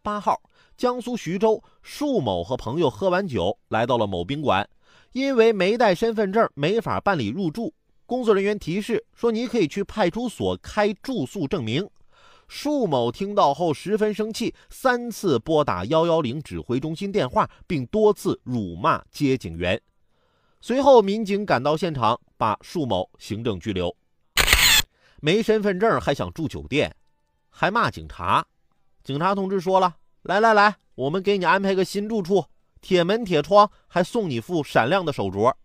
8号，江苏徐州，束某和朋友喝完酒来到了某宾馆，因为没带身份证没法办理入住，工作人员提示说你可以去派出所开住宿证明。束某听到后十分生气，3次拨打110指挥中心电话，并多次辱骂接警员。随后民警赶到现场，把束某行政拘留。没身份证还想住酒店，还骂警察。警察同志说了，来，我们给你安排个新住处，铁门铁窗，还送你副闪亮的手镯。